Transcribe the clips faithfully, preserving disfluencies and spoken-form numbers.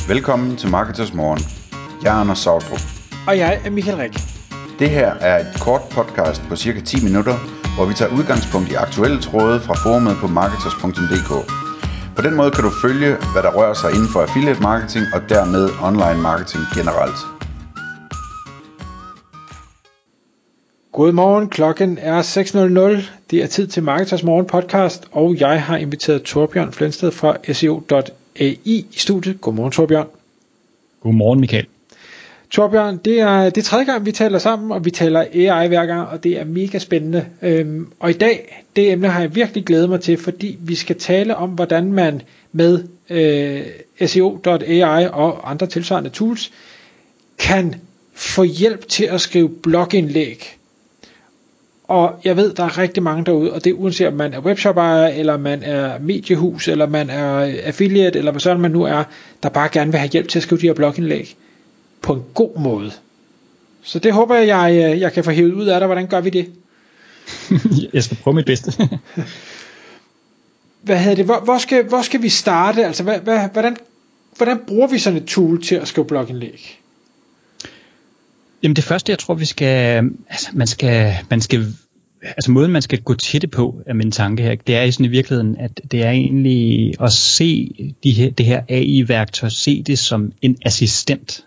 Velkommen til Marketers Morgen. Jeg er Anders Sautrup. Og jeg er Michael Rik. Det her er et kort podcast på cirka ti minutter, hvor vi tager udgangspunkt i aktuelle tråde fra forumet på marketers punktum d k. På den måde kan du følge, hvad der rører sig inden for affiliate marketing og dermed online marketing generelt. Godmorgen, klokken er seks nul nul. Det er tid til Marketers Morgen podcast, og jeg har inviteret Torbjørn Flensted fra S E O punktum a i i studiet. Godmorgen, Torbjørn. Godmorgen, Michael. Torbjørn, det er det tredje gang, vi taler sammen, og vi taler A I hver gang, og det er mega spændende. Øhm, og i dag, det emne har jeg virkelig glædet mig til, fordi vi skal tale om, hvordan man med øh, S E O punktum a i og andre tilsvarende tools kan få hjælp til at skrive blogindlæg. Og jeg ved, der er rigtig mange derude, og det er uanset om man er webshop-ejer, eller man er mediehus, eller man er affiliate, eller hvad sådan man nu er, der bare gerne vil have hjælp til at skrive de her blogindlæg på en god måde. Så det håber jeg, jeg, jeg kan få hævet ud af dig. Hvordan gør vi det? Jeg skal prøve mit bedste. Hvad hedder det? Hvor, hvor, skal, hvor skal vi starte? Altså, hvad, hvad, hvordan, hvordan bruger vi sådan et tool til at skrive blogindlæg? Jamen det første, jeg tror, vi skal, altså man skal, man skal, altså måden man skal gå til det på, er min tanke her, det er sådan i virkeligheden, at det er egentlig at se de her, det her A I-værktøj, se det som en assistent.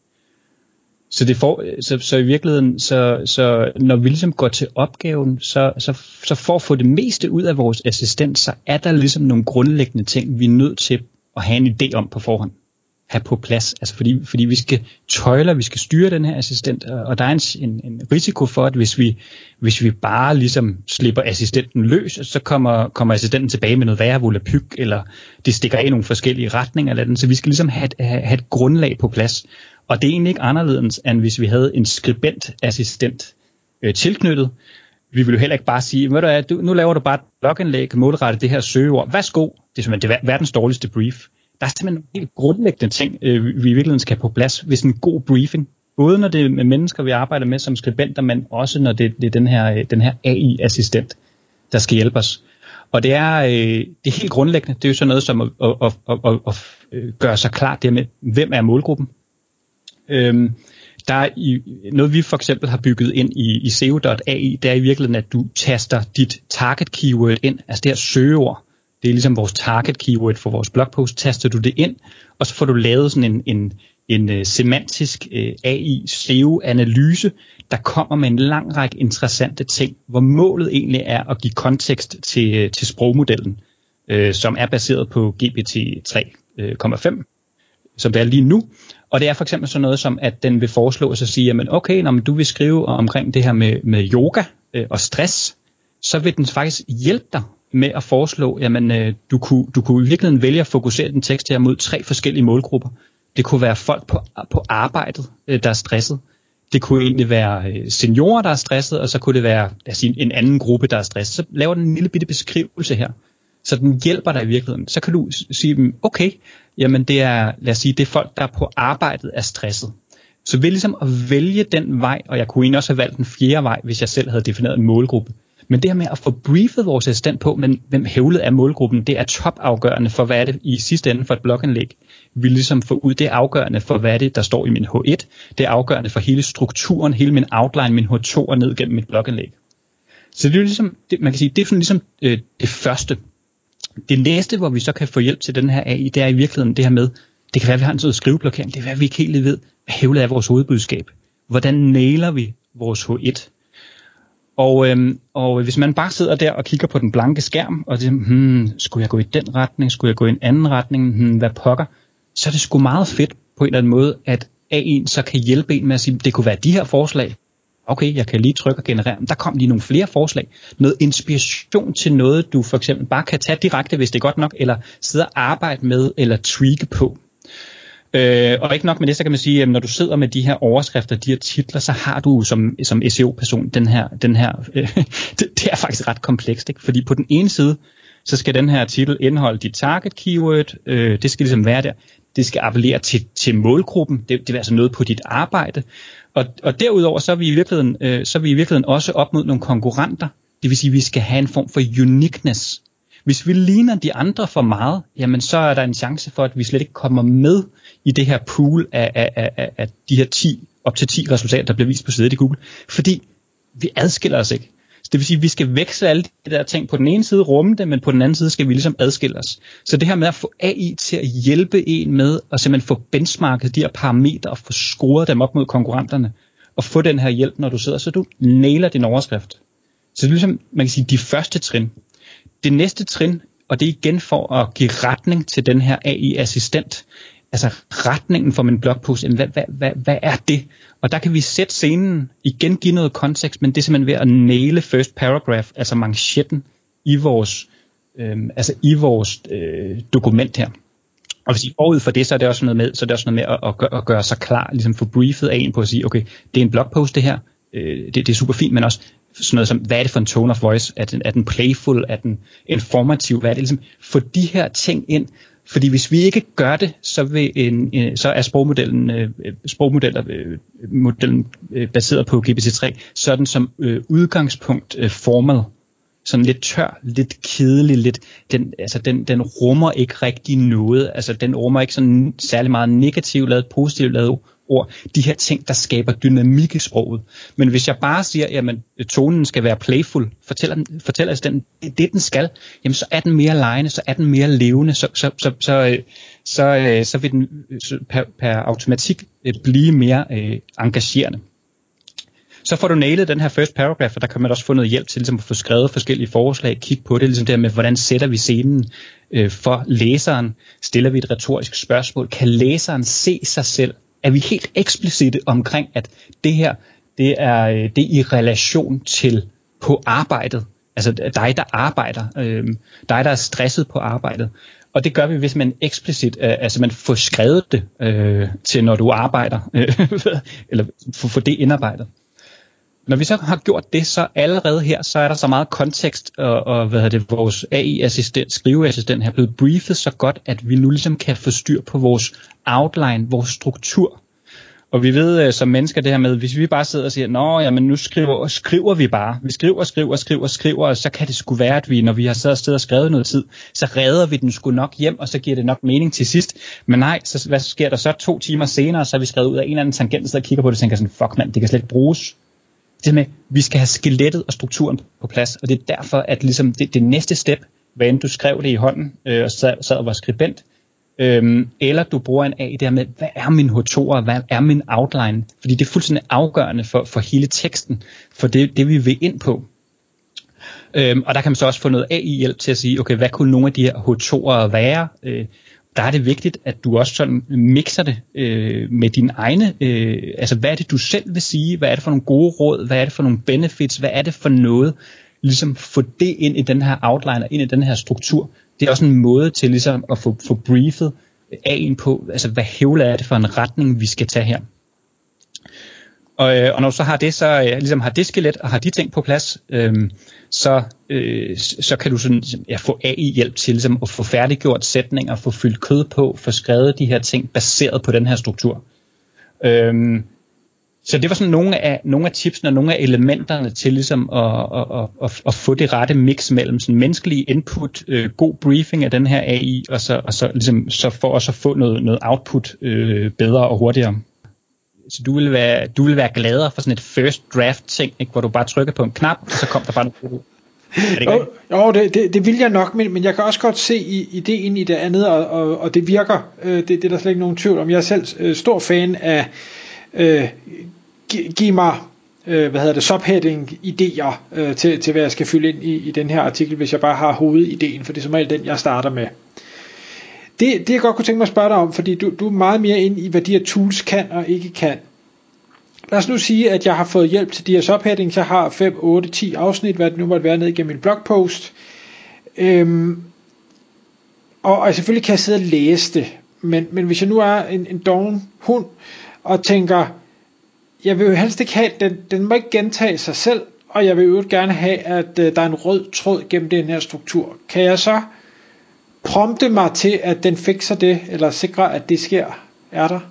Så, det får, så, så i virkeligheden, så, så når vi ligesom går til opgaven, så, så, så for at få det meste ud af vores assistent, så er der ligesom nogle grundlæggende ting, vi er nødt til at have en idé om på forhånd. Have på plads, altså fordi, fordi vi skal tøjle, vi skal styre den her assistent, og der er en, en, en risiko for, at hvis vi, hvis vi bare ligesom slipper assistenten løs, så kommer, kommer assistenten tilbage med noget værre volapyk, eller det stikker af i nogle forskellige retninger, eller den. Så vi skal ligesom have et, have, have et grundlag på plads, og det er egentlig ikke anderledes, end hvis vi havde en skribentassistent øh, tilknyttet. Vi vil jo heller ikke bare sige, ved du hvad, du, nu laver du bare et blogindlæg, målrettet det her søgeord, værsgo, det er simpelthen det verdens dårligste brief. Der er simpelthen nogle helt grundlæggende ting, øh, vi i virkeligheden skal have på plads ved sådan en god briefing. Både når det er med mennesker, vi arbejder med som skribenter, men også når det, det er den her, den her A I-assistent, der skal hjælpe os. Og det er, øh, det er helt grundlæggende. Det er jo sådan noget som at, at, at, at, at, at gøre sig klart det med, hvem er målgruppen. Øhm, der er i, noget, vi for eksempel har bygget ind i, i S E O punktum a i, det er i virkeligheden, at du taster dit target keyword ind, altså det her søgeord. Det er ligesom vores target keyword for vores blogpost. Taster du det ind, og så får du lavet sådan en, en, en uh, semantisk uh, A I S E O-analyse, der kommer med en lang række interessante ting, hvor målet egentlig er at give kontekst til, til sprogmodellen, uh, som er baseret på G P T tre komma fem, som det er lige nu. Og det er for eksempel sådan noget som, at den vil foreslå os at sige, jamen okay, når du vil skrive omkring det her med, med yoga uh, og stress, så vil den faktisk hjælpe dig med at foreslå, jamen øh, du, kunne, du kunne i virkeligheden vælge at fokusere den tekst her mod tre forskellige målgrupper. Det kunne være folk på, på arbejdet, øh, der er stresset. Det kunne egentlig være øh, seniorer, der er stresset, og så kunne det være lad os sige, en anden gruppe, der er stresset. Så laver den en lille bitte beskrivelse her, så den hjælper dig i virkeligheden. Så kan du sige, okay, jamen det er, lad os sige, det er folk, der på arbejdet er stresset. Så ved ligesom at vælge den vej, og jeg kunne egentlig også have valgt den fjerde vej, hvis jeg selv havde defineret en målgruppe. Men det her med at få briefet vores assistent på, men hvem hævlet er målgruppen, det er topafgørende for, hvad er det i sidste ende for et blogindlæg. Vi ligesom få ud, det er afgørende for, hvad er det, der står i min H et. Det er afgørende for hele strukturen, hele min outline, min H to og ned gennem mit blogindlæg. Så det er ligesom, det, man kan sige, det er sådan ligesom øh, det første. Det næste, hvor vi så kan få hjælp til den her A I, det er i virkeligheden det her med, det kan være, at vi har en sådan skriveblokering, det kan være, at vi ikke helt ved, hvad hævlet er vores hovedbudskab. Hvordan nailer vi vores H et? Og, øhm, og hvis man bare sidder der og kigger på den blanke skærm, og siger, hmm, skulle jeg gå i den retning, skulle jeg gå i en anden retning, hmm, hvad pokker, så er det sgu meget fedt på en eller anden måde, at A I'en så kan hjælpe en med at sige, det kunne være de her forslag. Okay, jeg kan lige trykke og generere, men der kom lige nogle flere forslag. Noget inspiration til noget, du for eksempel bare kan tage direkte, hvis det er godt nok, eller sidde og arbejde med, eller tweake på. Øh, og ikke nok med det, så kan man sige, at når du sidder med de her overskrifter, de her titler, så har du som, som S E O-person den her, den her øh, det, det er faktisk ret komplekst, ikke? Fordi på den ene side, så skal den her titel indeholde dit target keyword, øh, det skal ligesom være der, det skal appellere til, til målgruppen, det, det er altså noget på dit arbejde, og, og derudover så er vi i virkeligheden, øh, så er vi i virkeligheden også op mod nogle konkurrenter, det vil sige, at vi skal have en form for uniqueness. Hvis vi ligner de andre for meget, jamen så er der en chance for, at vi slet ikke kommer med i det her pool af, af, af, af de her ti, op til ti resultater, der bliver vist på siden i Google. Fordi vi adskiller os ikke. Så det vil sige, at vi skal veksle alle de der ting. På den ene side rumme det, men på den anden side skal vi ligesom adskille os. Så det her med at få A I til at hjælpe en med at simpelthen få benchmarket de her parametre og få scoret dem op mod konkurrenterne og få den her hjælp, når du sidder, så du nailer din overskrift. Så det er ligesom, man kan sige, de første trin. Det næste trin, og det er igen for at give retning til den her A I-assistent, altså retningen for min blogpost, hvad, hvad, hvad, hvad er det? Og der kan vi sætte scenen, igen give noget kontekst, men det er simpelthen ved at naile first paragraph, altså manchetten i vores, øh, altså i vores øh, dokument her. Og hvis I forud for det, så er det også noget med, så er det også noget med at, at, gøre, at gøre sig klar, ligesom få briefet af en på at sige, okay, det er en blogpost det her, øh, det, det er super fint, men også sådan noget som, hvad er det for en tone of voice? Er den, er den playful? Er den informativ? Hvad er det ligesom? Få de her ting ind, fordi hvis vi ikke gør det, så, vil en, en, så er sprogmodellen, øh, sprogmodeller, øh, modellen øh, baseret på G P T tre, sådan som øh, udgangspunkt øh, formal, sådan lidt tør, lidt kedelig, lidt, den, altså den, den rummer ikke rigtig noget, altså den rummer ikke sådan særlig meget negativt lavet, positivt lavet ord, de her ting, der skaber dynamik i sproget. Men hvis jeg bare siger, jamen tonen skal være playful, fortæller, fortæller den, det, det den skal, jamen så er den mere legende, så er den mere levende, så, så, så, så, så, så vil den per, per automatik blive mere øh, engagerende. Så får du nailet den her first paragraph, og der kan man også få noget hjælp til ligesom at få skrevet forskellige forslag, kigge på det, ligesom det her med, hvordan sætter vi scenen øh, for læseren, stiller vi et retorisk spørgsmål, kan læseren se sig selv? Er vi helt eksplicite omkring, at det her, det er, det er i relation til på arbejdet, altså dig, der arbejder, øh, dig, der er stresset på arbejdet. Og det gør vi, hvis man eksplicit, øh, altså man får skrevet det øh, til, når du arbejder, øh, eller får det indarbejdet. Når vi så har gjort det, så allerede her, så er der så meget kontekst, og, og hvad hedder det, vores A I-assistent, skriveassistent her, er blevet briefet så godt, at vi nu ligesom kan få styr på vores outline, vores struktur. Og vi ved som mennesker det her med, hvis vi bare sidder og siger, nå, jamen nu skriver, skriver vi bare. Vi skriver, skriver, skriver, skriver, og så kan det sgu være, at vi, når vi har siddet og stedet og skrevet noget tid, så redder vi den sgu nok hjem, og så giver det nok mening til sidst. Men nej, så hvad sker der så to timer senere, så har vi skrevet ud af en eller anden tangent, og kigger på det og tænker sådan, fuck mand, det kan slet ikke bruges. Det med, vi skal have skelettet og strukturen på plads, og det er derfor, at ligesom det, det næste step, hvad end du skrev det i hånden, øh, og sad, sad og var skribent, øhm, eller du bruger en A I der med, hvad er min H to, hvad er min outline, fordi det er fuldstændig afgørende for, for hele teksten, for det, det vi vil ind på. Øhm, og der kan man så også få noget A I-hjælp til at sige, okay, hvad kunne nogle af de her H to'er være? Øh, Der er det vigtigt, at du også sådan mixer det øh, med dine egne, øh, altså hvad er det du selv vil sige, hvad er det for nogle gode råd, hvad er det for nogle benefits, hvad er det for noget, ligesom få det ind i den her outline, ind i den her struktur. Det er også en måde til ligesom at få, få briefet A'en på, altså hvad hævler er det for en retning, vi skal tage her. Og, øh, og når du så har det, så øh, ligesom har det skelet og har de ting på plads, øh, så, øh, så kan du sådan, ja, få A I-hjælp til ligesom, at få færdiggjort sætninger, få fyldt kød på, få skrevet de her ting baseret på den her struktur. Øh, så det var sådan nogle af, nogle af tipsene og nogle af elementerne til ligesom, at, at, at, at få det rette mix mellem sådan menneskelig input, øh, god briefing af den her A I, og så, og så, ligesom, så for også at få noget, noget output øh, bedre og hurtigere. Så du vil være, du vil være gladere for sådan et first draft ting, ikke, hvor du bare trykker på en knap, og så kommer der bare noget. Er det jo, jo det, det, det vil jeg nok, men, men jeg kan også godt se i, ideen i det andet, og, og, og det virker. Det, det er der slet ikke nogen tvivl om. Jeg er selv øh, stor fan af øh, gi, giv mig øh, hvad hedder det, subheading idéer øh, til, til hvad jeg skal fylde ind i, i den her artikel, hvis jeg bare har hovedideen, for det er som regel den, jeg starter med. Det, det jeg godt kunne tænke mig at spørge dig om, fordi du, du er meget mere inde i, hvad de her tools kan og ikke kan. Lad os nu sige, at jeg har fået hjælp til de her subheadings. Jeg har fem, otte, ti afsnit, hvad det nu måtte være ned igennem min blogpost. Øhm, og, og selvfølgelig kan jeg sidde og læse det. Men, men hvis jeg nu er en, en doven hund, og tænker, jeg vil jo helst ikke have, den, den må ikke gentage sig selv, og jeg vil jo gerne have, at uh, der er en rød tråd gennem den her struktur. Kan jeg så prompte mig til, at den fikser det, eller sikre, at det sker? Er der?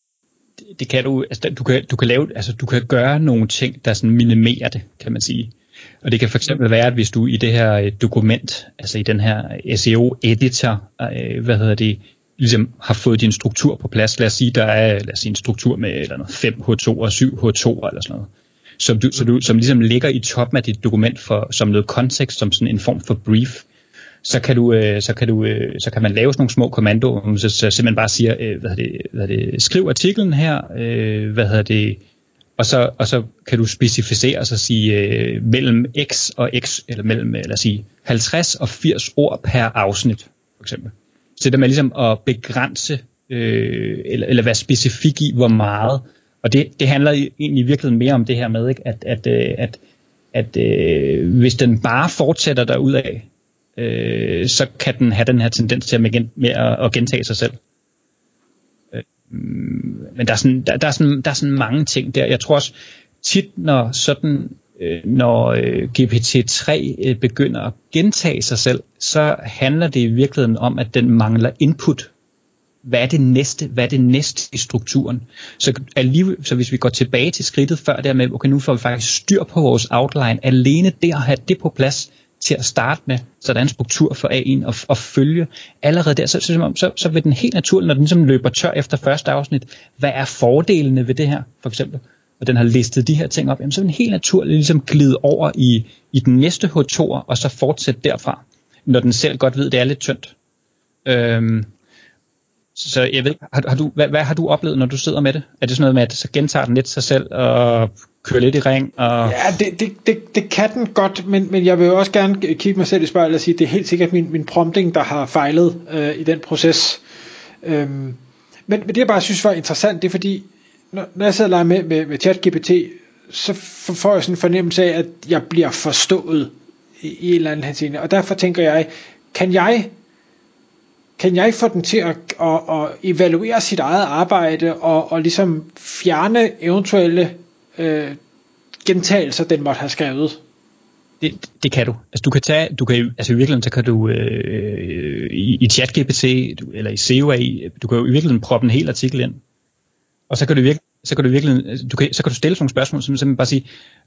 Det kan du, altså du kan, du kan lave, altså du kan gøre nogle ting, der sådan minimerer det, kan man sige. Og det kan for eksempel være, at hvis du i det her dokument, altså i den her S E O-editor, øh, hvad hedder det, ligesom har fået din struktur på plads. Lad os sige, der er lad os sige, en struktur med eller noget, fem H to og syv H to eller sådan noget. Som, du, så du, som ligesom ligger i toppen af dit dokument for, som noget kontekst, som sådan en form for brief. Så kan, du, øh, så, kan du, øh, så kan man lave sådan nogle små kommandoer, hvor man så, så simpelthen bare siger, øh, hvad det, hvad det, skriv artiklen her, øh, hvad hedder det, og så, og så kan du specificere og så sige øh, mellem x og x, eller mellem lad os sige, halvtreds og firs ord per afsnit, for eksempel. Så det er med ligesom at begrænse, øh, eller, eller være specifik i, hvor meget. Og det, det handler egentlig i virkeligheden mere om det her med, ikke? at, at, at, at øh, hvis den bare fortsætter derudad, øh, så kan den have den her tendens til at, med, med at, at gentage sig selv. Øh, men der er, sådan, der, der, er sådan, der er sådan mange ting der. Jeg tror også tit, når sådan... når G P T tre begynder at gentage sig selv, så handler det i virkeligheden om, at den mangler input. Hvad er det næste? Hvad er det næste i strukturen? Så, alligevel, så hvis vi går tilbage til skridtet før der med, okay, nu får vi faktisk styr på vores outline, alene det at have det på plads til at starte med, så der er en struktur for A en og, og følge allerede der, så, så, så, så vil den helt naturligt, når den ligesom løber tør efter første afsnit, hvad er fordelene ved det her, for eksempel? Og den har listet de her ting op, jamen, så er den helt naturligt ligesom glide over i, i den næste H to'er, og så fortsætte derfra, når den selv godt ved, det er lidt tyndt. Øhm, så jeg ved, har, har du, hvad, hvad har du oplevet, når du sidder med det? Er det sådan noget med, at så gentager den lidt sig selv, og kører lidt i ring? Og... Ja, det, det, det, det kan den godt, men, men jeg vil også gerne kigge mig selv i spejlet og sige, at det er helt sikkert min, min prompting, der har fejlet øh, i den proces. Øhm, men, men det jeg bare synes var interessant, det er fordi, når jeg sidder og leger med, med, med ChatGPT, så får jeg sådan en fornemmelse af, at jeg bliver forstået i, i en eller anden henseende. Og derfor tænker jeg, kan jeg, kan jeg få den til at, at, at evaluere sit eget arbejde og, og ligesom fjerne eventuelle øh, gentagelser, den måtte have skrevet? Det, det kan du. Altså du kan tage, du kan altså i virkeligheden så kan du øh, i, i ChatGPT eller i C O A, du kan jo i virkeligheden proppe en hel artikel ind. Og så kan du virkelig, så kan du virkelig, du kan, så kan du stille sådan nogle spørgsmål, som simpelthen bare sige,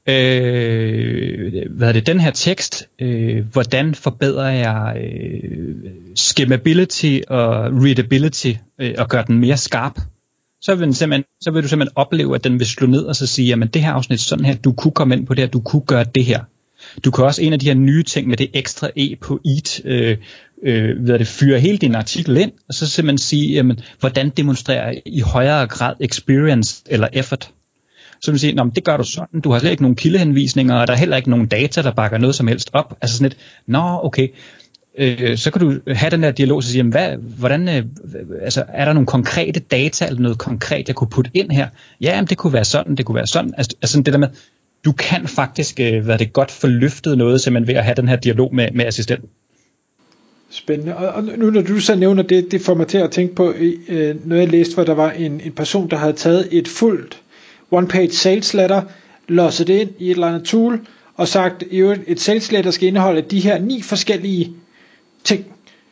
øh, hvad er det, den her tekst, øh, hvordan forbedrer jeg øh, skimmability og readability øh, og gør den mere skarp? Så vil, den simpelthen, så vil du simpelthen opleve, at den vil slå ned og så sige, jamen det her afsnit sådan her, du kunne komme ind på det her, du kunne gøre det her. Du kan også en af de her nye ting med det ekstra E på it, øh, øh, ved at det fyre hele din artikel ind, og så simpelthen sige, jamen, hvordan demonstrerer i højere grad experience eller effort. Så vil sige, nå, det gør du sådan, du har slet ikke nogen kildehenvisninger, og der er heller ikke nogen data, der bakker noget som helst op. Altså sådan et, nå, okay, øh, så kan du have den der dialog, og sige, jamen, hvad, hvordan, øh, altså, er der nogle konkrete data, eller noget konkret, jeg kunne putte ind her? Ja, jamen, det kunne være sådan, det kunne være sådan. Altså, altså det der med, du kan faktisk øh, være det godt forløftet noget, simpelthen ved at have den her dialog med, med assistenten. Spændende. Og, og nu når du så nævner det, det får mig til at tænke på øh, noget jeg læste, hvor der var en, en person, der havde taget et fuldt one-page sales letter, losset det ind i et eller andet tool, og sagt, at et sales letter skal indeholde de her ni forskellige ting.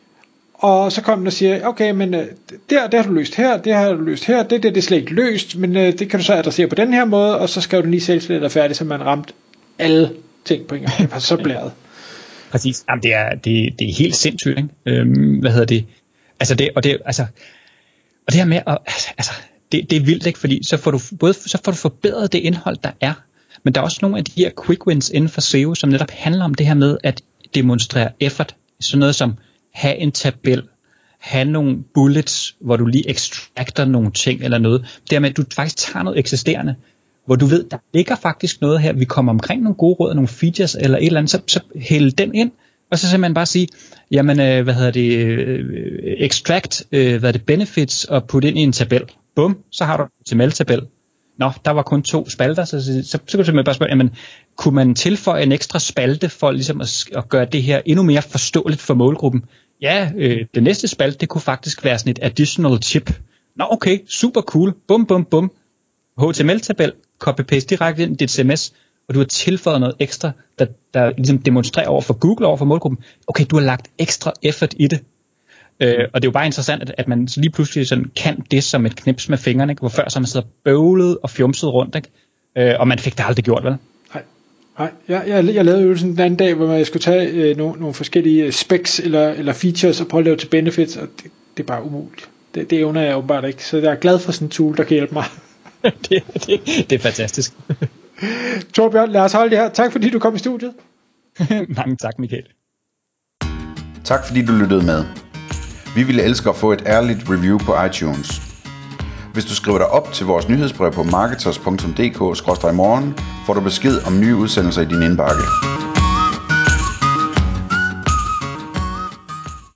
Og så kom den og siger, okay, men øh, der, der har du løst her, det har du løst her, det, det, det er slet ikke løst, men øh, det kan du så adressere på den her måde, og så skrev du lige sales letter færdig, så man ramt alle ting på en gang. Det var så blæret. Præcis. Jamen, det er det, det er helt sindssygt, ikke? Øhm, hvad hedder det? Altså det og det altså og det her med at, altså det, det er vildt, ikke? Fordi så får du både så får du forbedret det indhold der er, men der er også nogle af de her quick wins inden for S E O, som netop handler om det her med at demonstrere effort, sådan noget som have en tabel, have nogle bullets, hvor du lige ekstrakter nogle ting eller noget. Dermed at du faktisk tager noget eksisterende, hvor du ved, der ligger faktisk noget her, vi kommer omkring nogle gode råd, nogle features eller et eller andet, så, så hælde den ind, og så simpelthen bare sige, jamen, øh, hvad hedder det, øh, extract, øh, hvad er det, benefits, og putte ind i en tabel. Bum, så har du en H T M L-tabel. Nå, der var kun to spalter, så, så, så, så kan du simpelthen bare spørge, jamen, kunne man tilføje en ekstra spalte for ligesom at, at gøre det her endnu mere forståeligt for målgruppen? Ja, øh, det næste spalte, det kunne faktisk være sådan et additional tip. Nå, okay, super cool, bum, bum, bum. H T M L-tabel, copy-paste direkte ind i dit C M S, og du har tilføjet noget ekstra, der, der ligesom demonstrerer over for Google, over for målgruppen. Okay, du har lagt ekstra effort i det. Øh, og det er jo bare interessant, at, at man lige pludselig sådan kan det som et knips med fingrene, ikke? Hvor før så man sidder bøvlet og fjumset rundt, ikke? Øh, og man fik det aldrig gjort, vel? Nej, Nej, jeg, jeg, jeg lavede øvelsen den anden dag, hvor jeg skulle tage øh, nogle, nogle forskellige specs eller, eller features og prøve at lave til benefits, og det, det er bare umuligt. Det, det evner jeg åbenbart ikke, så jeg er glad for sådan en tool, der kan hjælpe mig. det, det, det er fantastisk. Torbjørn, lad os holde det her. Tak fordi du kom i studiet. Mange tak, Michael. Tak fordi du lyttede med. Vi ville elske at få et ærligt review på iTunes. Hvis du skriver dig op til vores nyhedsbrev på marketers punktum d k skråstreg morgen, får du besked om nye udsendelser i din indbakke.